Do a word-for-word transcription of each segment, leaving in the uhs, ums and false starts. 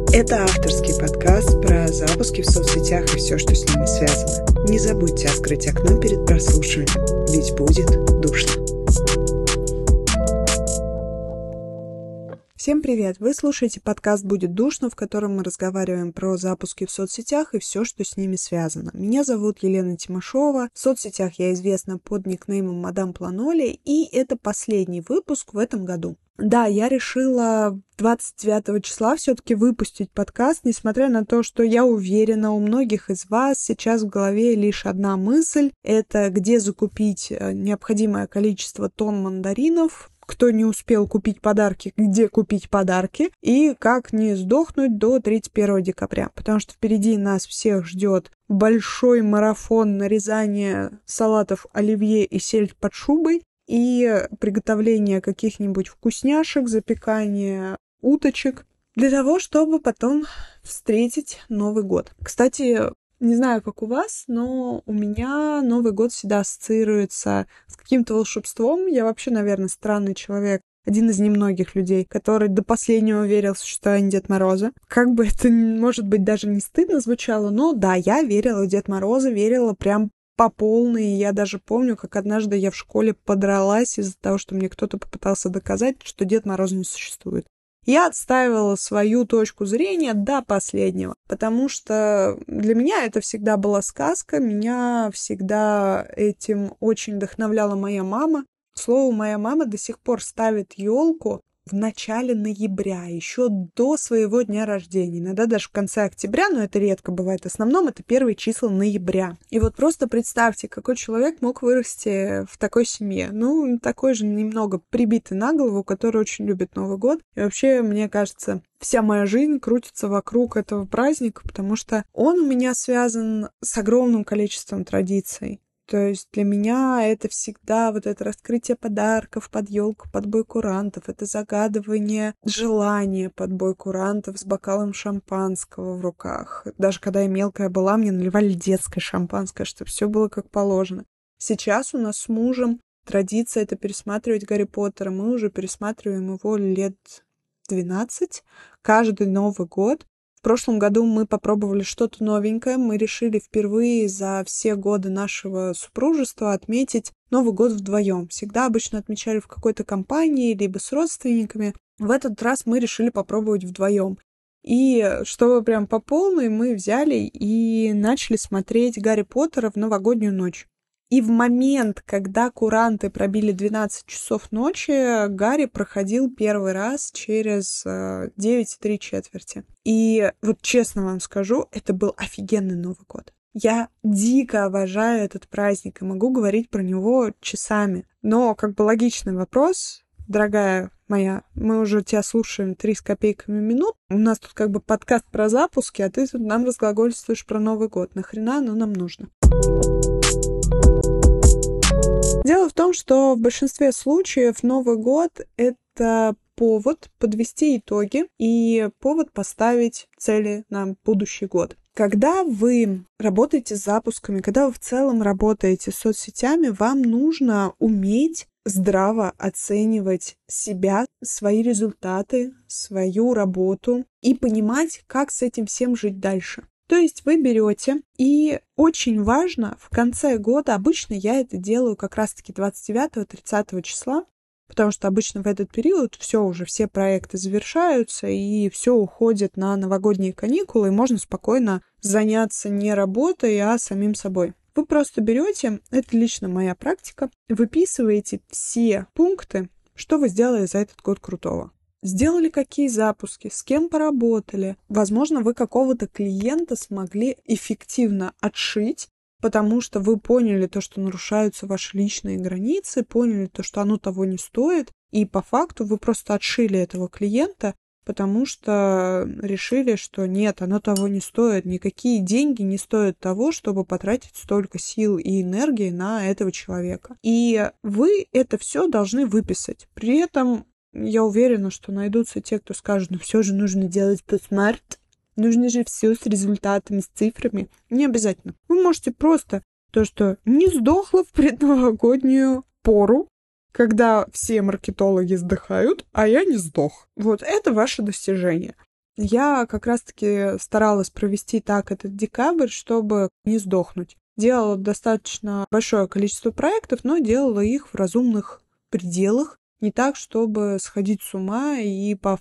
Это авторский подкаст про запуски в соцсетях и все, что с ними связано. Не забудьте открыть окно перед прослушиванием, ведь будет душно. Всем привет! Вы слушаете подкаст «Будет душно», в котором мы разговариваем про запуски в соцсетях и все, что с ними связано. Меня зовут Елена Тимошова. В соцсетях я известна под никнеймом Мадам Планоли, и это последний выпуск в этом году. Да, я решила двадцать девятого числа все-таки выпустить подкаст, несмотря на то, что я уверена, у многих из вас сейчас в голове лишь одна мысль — это где закупить необходимое количество тонн мандаринов, кто не успел купить подарки, где купить подарки, и как не сдохнуть до тридцать первого декабря, потому что впереди нас всех ждет большой марафон нарезания салатов оливье и сельдь под шубой, и приготовление каких-нибудь вкусняшек, запекание уточек, для того, чтобы потом встретить Новый год. Кстати, не знаю, как у вас, но у меня Новый год всегда ассоциируется с каким-то волшебством. Я вообще, наверное, странный человек. Один из немногих людей, который до последнего верил в существование Деда Мороза. Как бы это, может быть, даже не стыдно звучало, но да, я верила в Деда Мороза, верила прям по полной. Я даже помню, как однажды я в школе подралась из-за того, что мне кто-то попытался доказать, что Дед Мороз не существует. Я отстаивала свою точку зрения до последнего, потому что для меня это всегда была сказка, меня всегда этим очень вдохновляла моя мама. К слову, моя мама до сих пор ставит елку в начале ноября, еще до своего дня рождения, иногда даже в конце октября, но это редко бывает. В основном это первые числа ноября. И вот просто представьте, какой человек мог вырасти в такой семье. Ну, такой же немного прибитый на голову, который очень любит Новый год. И вообще, мне кажется, вся моя жизнь крутится вокруг этого праздника, потому что он у меня связан с огромным количеством традиций. То есть для меня это всегда вот это раскрытие подарков под елку, под бой курантов, это загадывание желания под бой курантов с бокалом шампанского в руках. Даже когда я мелкая была, мне наливали детское шампанское, чтобы все было как положено. Сейчас у нас с мужем традиция — это пересматривать Гарри Поттера. Мы уже пересматриваем его лет двенадцать, каждый Новый год. В прошлом году мы попробовали что-то новенькое. Мы решили впервые за все годы нашего супружества отметить Новый год вдвоем. Всегда обычно отмечали в какой-то компании, либо с родственниками. В этот раз мы решили попробовать вдвоем. И чтобы прям по полной, мы взяли и начали смотреть Гарри Поттера в новогоднюю ночь. И в момент, когда куранты пробили двенадцать часов ночи, Гарри проходил первый раз через девять и три четверти. И вот честно вам скажу, это был офигенный Новый год. Я дико обожаю этот праздник и могу говорить про него часами. Но как бы логичный вопрос, дорогая моя, мы уже тебя слушаем три с копейками минут. У нас тут как бы подкаст про запуски, а ты тут нам разглагольствуешь про Новый год. Нахрена оно нам нужно? Дело в том, что в большинстве случаев Новый год — это повод подвести итоги и повод поставить цели на будущий год. Когда вы работаете с запусками, когда вы в целом работаете с соцсетями, вам нужно уметь здраво оценивать себя, свои результаты, свою работу и понимать, как с этим всем жить дальше. То есть вы берете, и очень важно в конце года, обычно я это делаю как раз-таки двадцать девятого тридцатого числа, потому что обычно в этот период все уже, все проекты завершаются, и все уходит на новогодние каникулы, и можно спокойно заняться не работой, а самим собой. Вы просто берете, это лично моя практика, выписываете все пункты, что вы сделали за этот год крутого. Сделали какие запуски, с кем поработали. Возможно, вы какого-то клиента смогли эффективно отшить, потому что вы поняли то, что нарушаются ваши личные границы, поняли то, что оно того не стоит, и по факту вы просто отшили этого клиента, потому что решили, что нет, оно того не стоит, никакие деньги не стоят того, чтобы потратить столько сил и энергии на этого человека. И вы это все должны выписать. При этом я уверена, что найдутся те, кто скажет, ну все же нужно делать по-смарт, нужно же все с результатами, с цифрами. Не обязательно. Вы можете просто то, что не сдохло в предновогоднюю пору, когда все маркетологи сдыхают, а я не сдох. Вот это ваше достижение. Я как раз-таки старалась провести так этот декабрь, чтобы не сдохнуть. Делала достаточно большое количество проектов, но делала их в разумных пределах. Не так, чтобы сходить с ума и по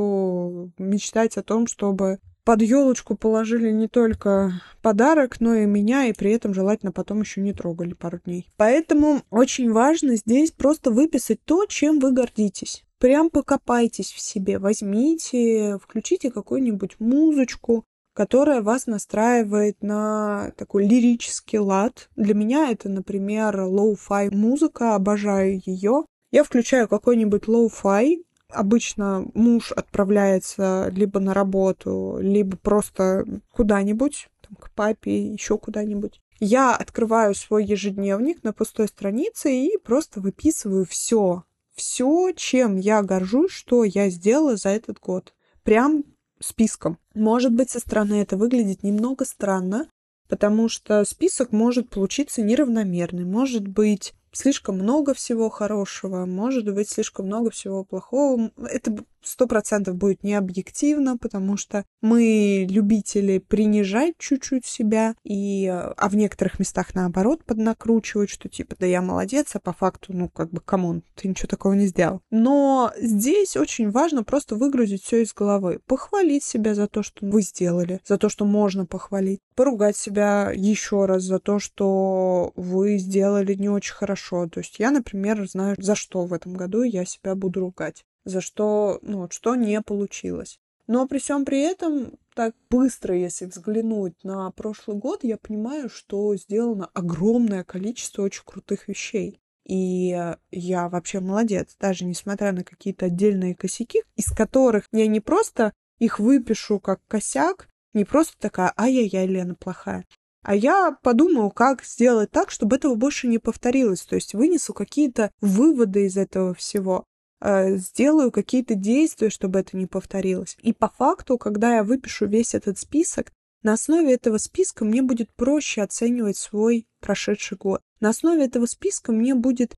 факту мечтать о том, чтобы под елочку положили не только подарок, но и меня, и при этом желательно потом еще не трогали пару дней. Поэтому очень важно здесь просто выписать то, чем вы гордитесь. Прям покопайтесь в себе, возьмите, включите какую-нибудь музычку, которая вас настраивает на такой лирический лад. Для меня это, например, лоу-фай музыка, обожаю ее. Я включаю какой-нибудь лоу-фай. Обычно муж отправляется либо на работу, либо просто куда-нибудь, там, к папе, еще куда-нибудь. Я открываю свой ежедневник на пустой странице и просто выписываю все. Все, чем я горжусь, что я сделала за этот год. Прям списком. Может быть, со стороны это выглядит немного странно, потому что список может получиться неравномерный. Может быть, слишком много всего хорошего, может быть, слишком много всего плохого. Это сто процентов будет не объективно, потому что мы любители принижать чуть-чуть себя, и, а в некоторых местах, наоборот, поднакручивать, что типа, да я молодец, а по факту, ну, как бы, камон, ты ничего такого не сделал. Но здесь очень важно просто выгрузить все из головы, похвалить себя за то, что вы сделали, за то, что можно похвалить, поругать себя еще раз за то, что вы сделали не очень хорошо. То есть я, например, знаю, за что в этом году я себя буду ругать. За что, ну, вот, что не получилось. Но при всем при этом, так быстро, если взглянуть на прошлый год, я понимаю, что сделано огромное количество очень крутых вещей. И я вообще молодец, даже несмотря на какие-то отдельные косяки, из которых я не просто их выпишу как косяк, не просто такая «ай-яй-яй, Лена плохая», а я подумаю, как сделать так, чтобы этого больше не повторилось. То есть вынесу какие-то выводы из этого всего. Сделаю какие-то действия, чтобы это не повторилось. И по факту, когда я выпишу весь этот список, на основе этого списка мне будет проще оценивать свой прошедший год. На основе этого списка мне будет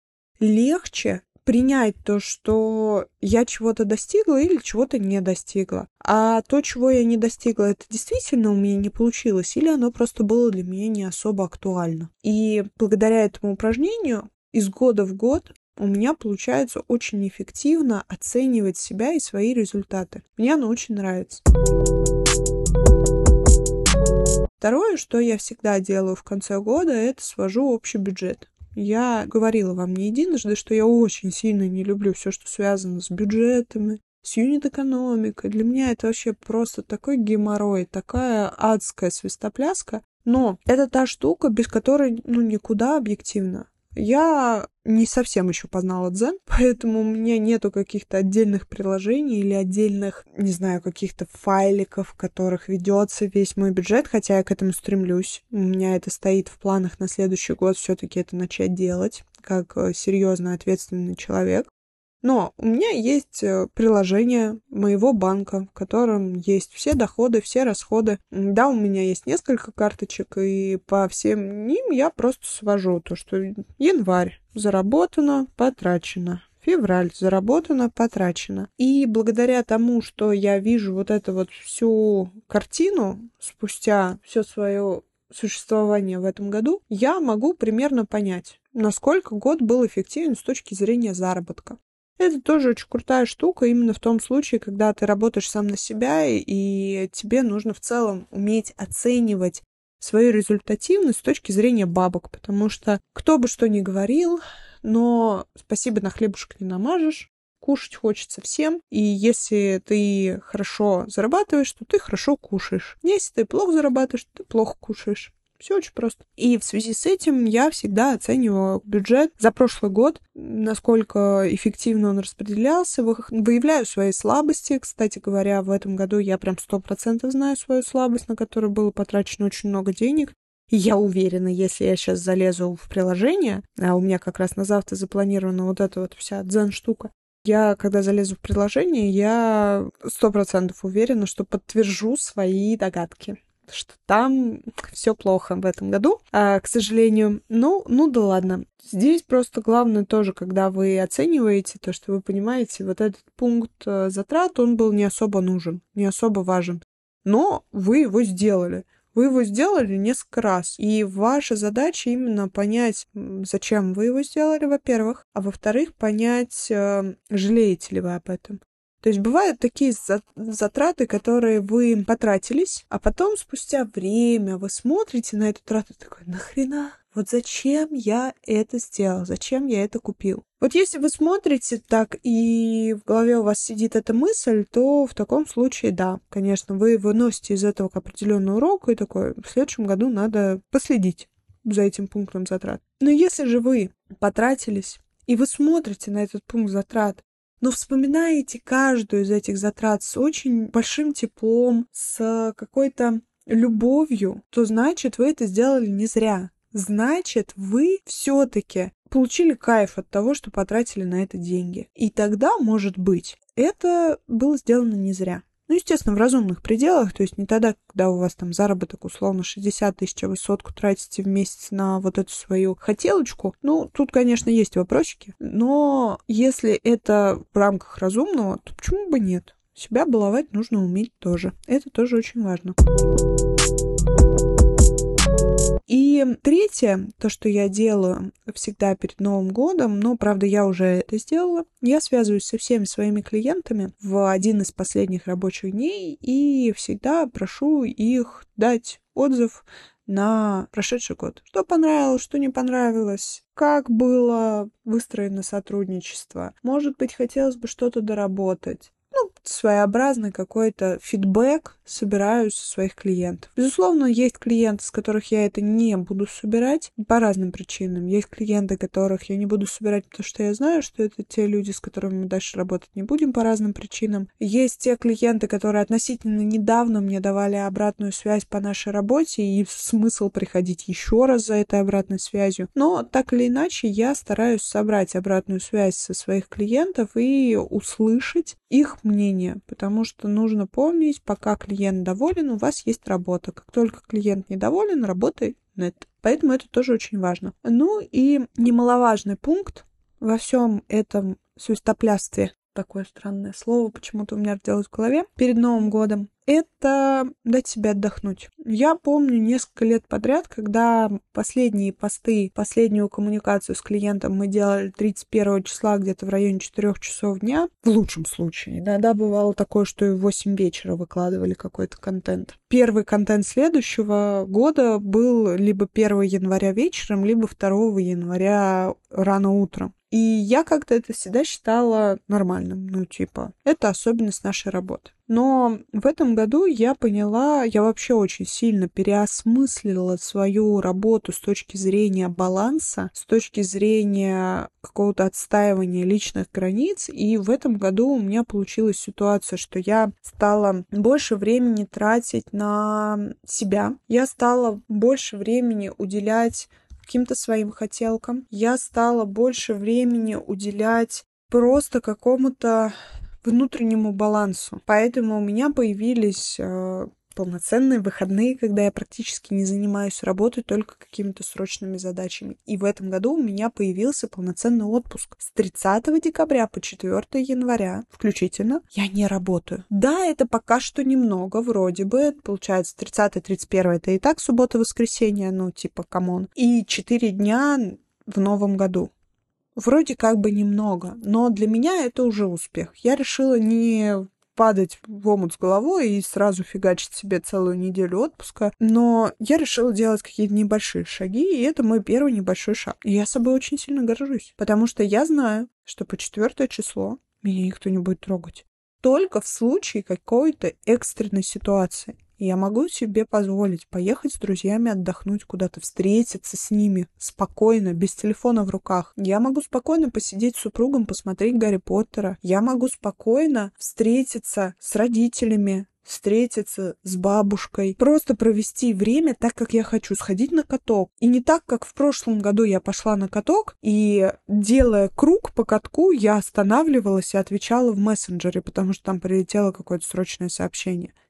легче принять то, что я чего-то достигла или чего-то не достигла. А то, чего я не достигла, это действительно у меня не получилось, или оно просто было для меня не особо актуально. И благодаря этому упражнению из года в год у меня получается очень эффективно оценивать себя и свои результаты. Мне оно очень нравится. Второе, что я всегда делаю в конце года, это свожу общий бюджет. Я говорила вам не единожды, что я очень сильно не люблю все, что связано с бюджетами, с юнит-экономикой. Для меня это вообще просто такой геморрой, такая адская свистопляска. Но это та штука, без которой ну никуда объективно. Я не совсем еще познала дзен, поэтому у меня нету каких-то отдельных приложений или отдельных, не знаю, каких-то файликов, в которых ведется весь мой бюджет, хотя я к этому стремлюсь. У меня это стоит в планах на следующий год все-таки это начать делать, как серьезно ответственный человек. Но у меня есть приложение моего банка, в котором есть все доходы, все расходы. Да, у меня есть несколько карточек, и по всем ним я просто свожу то, что январь заработано, потрачено. Февраль заработано, потрачено. И благодаря тому, что я вижу вот эту вот всю картину спустя все свое существование в этом году, я могу примерно понять, насколько год был эффективен с точки зрения заработка. Это тоже очень крутая штука именно в том случае, когда ты работаешь сам на себя, и тебе нужно в целом уметь оценивать свою результативность с точки зрения бабок, потому что кто бы что ни говорил, но спасибо на хлебушек не намажешь, кушать хочется всем, и если ты хорошо зарабатываешь, то ты хорошо кушаешь. Если ты плохо зарабатываешь, то ты плохо кушаешь. Все очень просто. И в связи с этим я всегда оцениваю бюджет за прошлый год, насколько эффективно он распределялся, выявляю свои слабости. Кстати говоря, в этом году я прям сто процентов знаю свою слабость, на которую было потрачено очень много денег. И я уверена, если я сейчас залезу в приложение, а у меня как раз на завтра запланирована вот эта вот вся дзен-штука, я, когда залезу в приложение, я сто процентов уверена, что подтвержу свои догадки. что там все плохо в этом году, а, к сожалению. Ну, ну да ладно. Здесь просто главное тоже, когда вы оцениваете то, что вы понимаете, вот этот пункт затрат, он был не особо нужен, не особо важен. Но вы его сделали. Вы его сделали несколько раз. И ваша задача именно понять, зачем вы его сделали, во-первых, а во-вторых, понять, жалеете ли вы об этом. То есть бывают такие затраты, которые вы потратились, а потом спустя время вы смотрите на эту трату и такой: нахрена? Вот зачем я это сделал? Зачем я это купил? Вот если вы смотрите так, и в голове у вас сидит эта мысль, то в таком случае, да, конечно, вы выносите из этого к определенному уроку и такой: в следующем году надо последить за этим пунктом затрат. Но если же вы потратились, и вы смотрите на этот пункт затрат, но вспоминаете каждую из этих затрат с очень большим теплом, с какой-то любовью, то значит, вы это сделали не зря. Значит, вы все-таки получили кайф от того, что потратили на это деньги. И тогда, может быть, это было сделано не зря. Ну, естественно, в разумных пределах, то есть не тогда, когда у вас там заработок условно шестьдесят тысяч, а вы сотку тратите в месяц на вот эту свою хотелочку. Ну, тут, конечно, есть вопросики, но если это в рамках разумного, то почему бы нет? Себя баловать нужно уметь тоже. Это тоже очень важно. И третье, то, что я делаю всегда перед Новым годом, но, правда, я уже это сделала, я связываюсь со всеми своими клиентами в один из последних рабочих дней и всегда прошу их дать отзыв на прошедший год. Что понравилось, что не понравилось, как было выстроено сотрудничество. Может быть, хотелось бы что-то доработать. Ну, своеобразный какой-то фидбэк собираю со своих клиентов. Безусловно, есть клиенты, с которых я это не буду собирать по разным причинам. Есть клиенты, которых я не буду собирать, потому что я знаю, что это те люди, с которыми мы дальше работать не будем по разным причинам. Есть те клиенты, которые относительно недавно мне давали обратную связь по нашей работе, и смысл приходить еще раз за этой обратной связью. Но так или иначе, я стараюсь собрать обратную связь со своих клиентов и услышать их мнение, потому что нужно помнить, пока клиент доволен, у вас есть работа. Как только клиент недоволен, работы нет. Поэтому это тоже очень важно. Ну и немаловажный пункт во всем этом свистоплястве, такое странное слово почему-то у меня родилось в голове, перед Новым годом, это дать себе отдохнуть. Я помню несколько лет подряд, когда последние посты, последнюю коммуникацию с клиентом мы делали тридцать первого числа где-то в районе четырёх часов дня, в лучшем случае. Иногда бывало такое, что и в восемь вечера выкладывали какой-то контент. Первый контент следующего года был либо первого января вечером, либо второго января рано утром. И я как-то это всегда считала нормальным. Ну, типа, это особенность нашей работы. Но в этом году я поняла, я вообще очень сильно переосмыслила свою работу с точки зрения баланса, с точки зрения какого-то отстаивания личных границ. И в этом году у меня получилась ситуация, что я стала больше времени тратить на себя. Я стала больше времени уделять каким-то своим хотелкам. Я стала больше времени уделять просто какому-то внутреннему балансу. Поэтому у меня появились э, полноценные выходные, когда я практически не занимаюсь работой, только какими-то срочными задачами. И в этом году у меня появился полноценный отпуск. С тридцатого декабря по четвёртого января включительно я не работаю. Да, это пока что немного, вроде бы. Получается, тридцатое тридцать первое это и так суббота-воскресенье, ну типа камон. И четыре дня в новом году. Вроде как бы немного, но для меня это уже успех. Я решила не падать в омут с головой и сразу фигачить себе целую неделю отпуска, но я решила делать какие-то небольшие шаги, и это мой первый небольшой шаг. И я собой очень сильно горжусь, потому что я знаю, что по четвёртое число меня никто не будет трогать. Только в случае какой-то экстренной ситуации. Я могу себе позволить поехать с друзьями отдохнуть куда-то, встретиться с ними спокойно, без телефона в руках. Я могу спокойно посидеть с супругом, посмотреть Гарри Поттера. Я могу спокойно встретиться с родителями, встретиться с бабушкой, просто провести время так, как я хочу, сходить на каток. И не так, как в прошлом году я пошла на каток, и, делая круг по катку, я останавливалась и отвечала в мессенджере, потому что там прилетело какое-то срочное сообщение.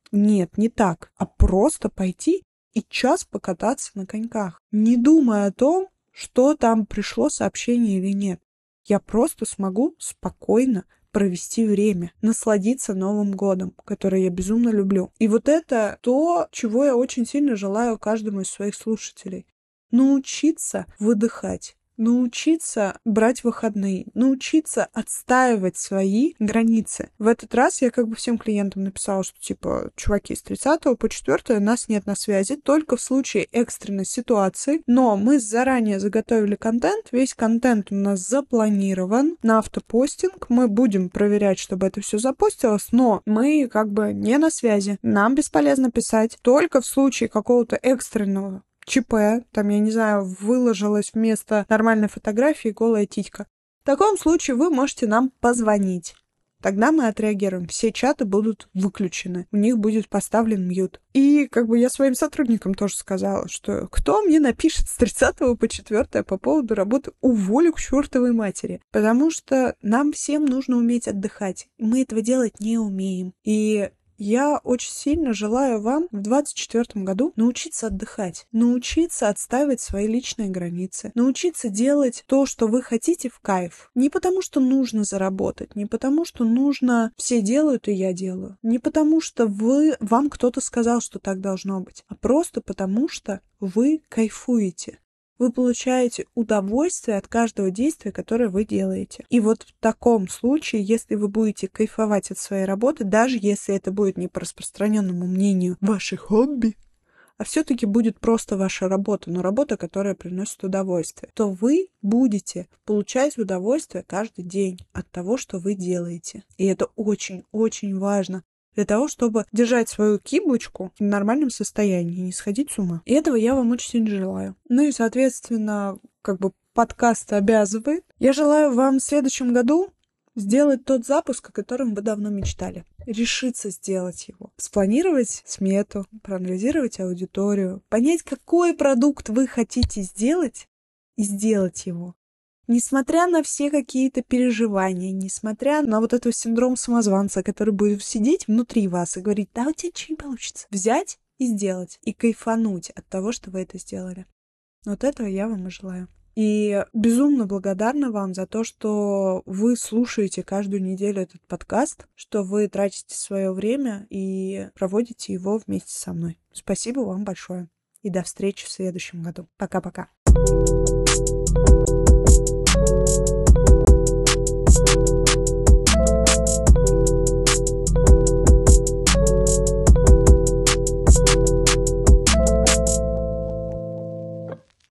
Нет, не так, а просто пойти и час покататься на коньках, не думая о том, что там пришло сообщение или нет. Я просто смогу спокойно провести время, насладиться Новым годом, который я безумно люблю. И вот это то, чего я очень сильно желаю каждому из своих слушателей. Научиться выдыхать. Научиться брать выходные, научиться отстаивать свои границы. В этот раз я как бы всем клиентам написала, что типа, чуваки, с тридцатого по четвёртое нас нет на связи, только в случае экстренной ситуации, но мы заранее заготовили контент, весь контент у нас запланирован на автопостинг, мы будем проверять, чтобы это все запустилось, но мы как бы не на связи, нам бесполезно писать, только в случае какого-то экстренного ЧП, там, я не знаю, выложилась вместо нормальной фотографии голая титька. В таком случае вы можете нам позвонить. Тогда мы отреагируем. Все чаты будут выключены. У них будет поставлен мьют. И как бы я своим сотрудникам тоже сказала, что кто мне напишет с тридцатого по четвёртое по поводу работы, уволю к чертовой матери. Потому что нам всем нужно уметь отдыхать. И мы этого делать не умеем. И я очень сильно желаю вам в двадцать четвёртом году научиться отдыхать, научиться отстаивать свои личные границы, научиться делать то, что вы хотите в кайф. Не потому, что нужно заработать, не потому, что нужно все делают и я делаю, не потому, что вы, вам кто-то сказал, что так должно быть, а просто потому, что вы кайфуете. Вы получаете удовольствие от каждого действия, которое вы делаете. И вот в таком случае, если вы будете кайфовать от своей работы, даже если это будет не по распространенному мнению ваше хобби, а все-таки будет просто ваша работа, но работа, которая приносит удовольствие, то вы будете получать удовольствие каждый день от того, что вы делаете. И это очень-очень важно. Для того, чтобы держать свою киблочку в нормальном состоянии, не сходить с ума. И этого я вам очень сильно желаю. Ну и, соответственно, как бы подкаст обязывает. Я желаю вам в следующем году сделать тот запуск, о котором вы давно мечтали. Решиться сделать его. Спланировать смету, проанализировать аудиторию, понять, какой продукт вы хотите сделать, и сделать его. Несмотря на все какие-то переживания, несмотря на вот этот синдром самозванца, который будет сидеть внутри вас и говорить, да, у тебя ничего не получится. Взять и сделать. И кайфануть от того, что вы это сделали. Вот этого я вам и желаю. И безумно благодарна вам за то, что вы слушаете каждую неделю этот подкаст, что вы тратите свое время и проводите его вместе со мной. Спасибо вам большое. И до встречи в следующем году. Пока-пока.